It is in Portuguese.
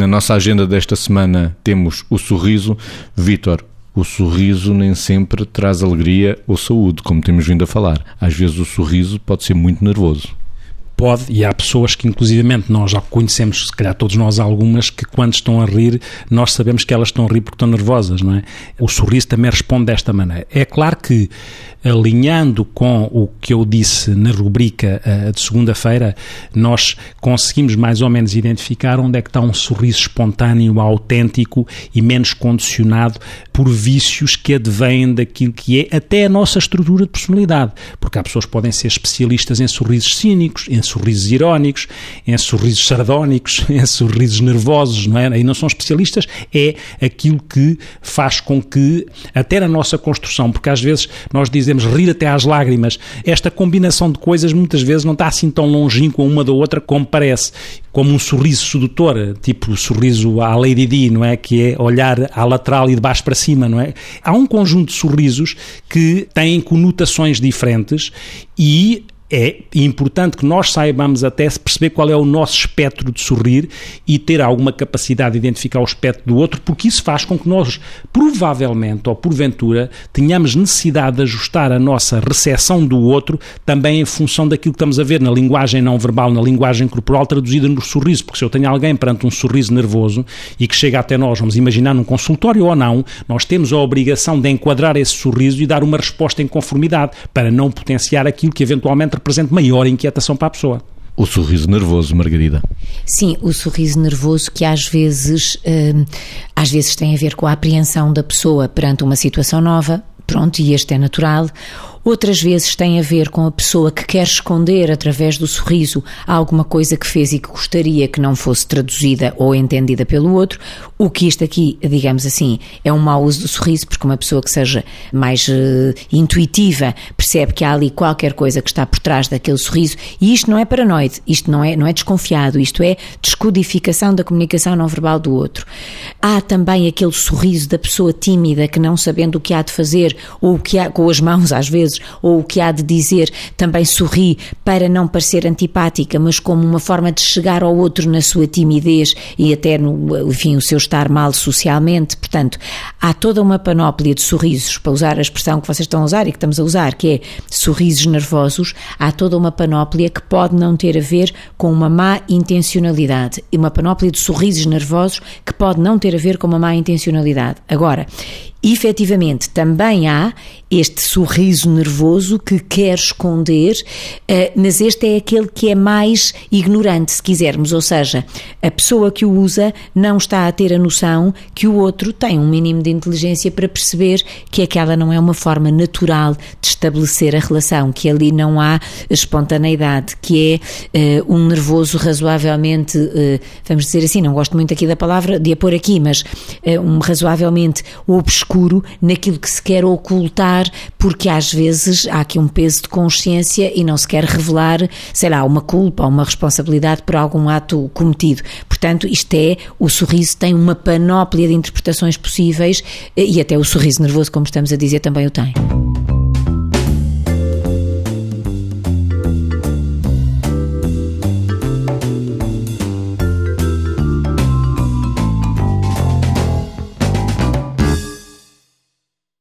nossa agenda desta semana temos o sorriso. Vítor, o sorriso nem sempre traz alegria ou saúde, como temos vindo a falar. Às vezes o sorriso pode ser muito nervoso. Pode, e há pessoas que inclusivamente nós já conhecemos, se calhar todos nós algumas, que quando estão a rir, nós sabemos que elas estão a rir porque estão nervosas, não é? O sorriso também responde desta maneira. É claro que, alinhando com o que eu disse na rubrica de segunda-feira, nós conseguimos mais ou menos identificar onde é que está um sorriso espontâneo, autêntico e menos condicionado por vícios que advêm daquilo que é até a nossa estrutura de personalidade, porque há pessoas que podem ser especialistas em sorrisos cínicos, em sorrisos irónicos, em sorrisos sardónicos, em sorrisos nervosos, não é? E não são especialistas, é aquilo que faz com que, até na nossa construção, porque às vezes nós dizemos rir até às lágrimas, esta combinação de coisas muitas vezes não está assim tão longínqua uma da outra como parece, como um sorriso sedutor, tipo o sorriso à Lady Di, não é? Que é olhar à lateral e de baixo para cima, não é? Há um conjunto de sorrisos que têm conotações diferentes e é importante que nós saibamos até perceber qual é o nosso espectro de sorrir e ter alguma capacidade de identificar o espectro do outro, porque isso faz com que nós, provavelmente ou porventura, tenhamos necessidade de ajustar a nossa recepção do outro também em função daquilo que estamos a ver na linguagem não verbal, na linguagem corporal traduzida no sorriso, porque se eu tenho alguém perante um sorriso nervoso e que chega até nós, vamos imaginar num consultório ou não, nós temos a obrigação de enquadrar esse sorriso e dar uma resposta em conformidade para não potenciar aquilo que eventualmente representa maior inquietação para a pessoa. O sorriso nervoso, Margarida. Sim, o sorriso nervoso que às vezes tem a ver com a apreensão da pessoa perante uma situação nova, pronto, e este é natural. Outras vezes tem a ver com a pessoa que quer esconder através do sorriso alguma coisa que fez e que gostaria que não fosse traduzida ou entendida pelo outro, o que isto aqui, digamos assim, é um mau uso do sorriso, porque uma pessoa que seja mais intuitiva percebe que há ali qualquer coisa que está por trás daquele sorriso, e isto não é paranoide, isto não é desconfiado, isto é descodificação da comunicação não verbal do outro. Há também aquele sorriso da pessoa tímida que, não sabendo o que há de fazer, ou o que há com as mãos às vezes, ou o que há de dizer, também sorri para não parecer antipática, mas como uma forma de chegar ao outro na sua timidez e até o seu estar mal socialmente. Portanto, há toda uma panóplia de sorrisos, para usar a expressão que vocês estão a usar e que estamos a usar, que é sorrisos nervosos. Há toda uma panóplia que pode não ter a ver com uma má intencionalidade, e uma panóplia de sorrisos nervosos que pode não ter a ver com uma má intencionalidade. Agora, efetivamente, também há este sorriso nervoso que quer esconder, mas este é aquele que é mais ignorante, se quisermos, ou seja, a pessoa que o usa não está a ter a noção que o outro tem um mínimo de inteligência para perceber que aquela não é uma forma natural de estabelecer a relação, que ali não há espontaneidade, que é um nervoso razoavelmente, vamos dizer assim, não gosto muito aqui da palavra de a pôr aqui, mas razoavelmente obscuro naquilo que se quer ocultar, porque às vezes há aqui um peso de consciência e não se quer revelar, sei lá, uma culpa ou uma responsabilidade por algum ato cometido. Portanto, o sorriso tem uma panóplia de interpretações possíveis, e até o sorriso nervoso, como estamos a dizer, também o tem.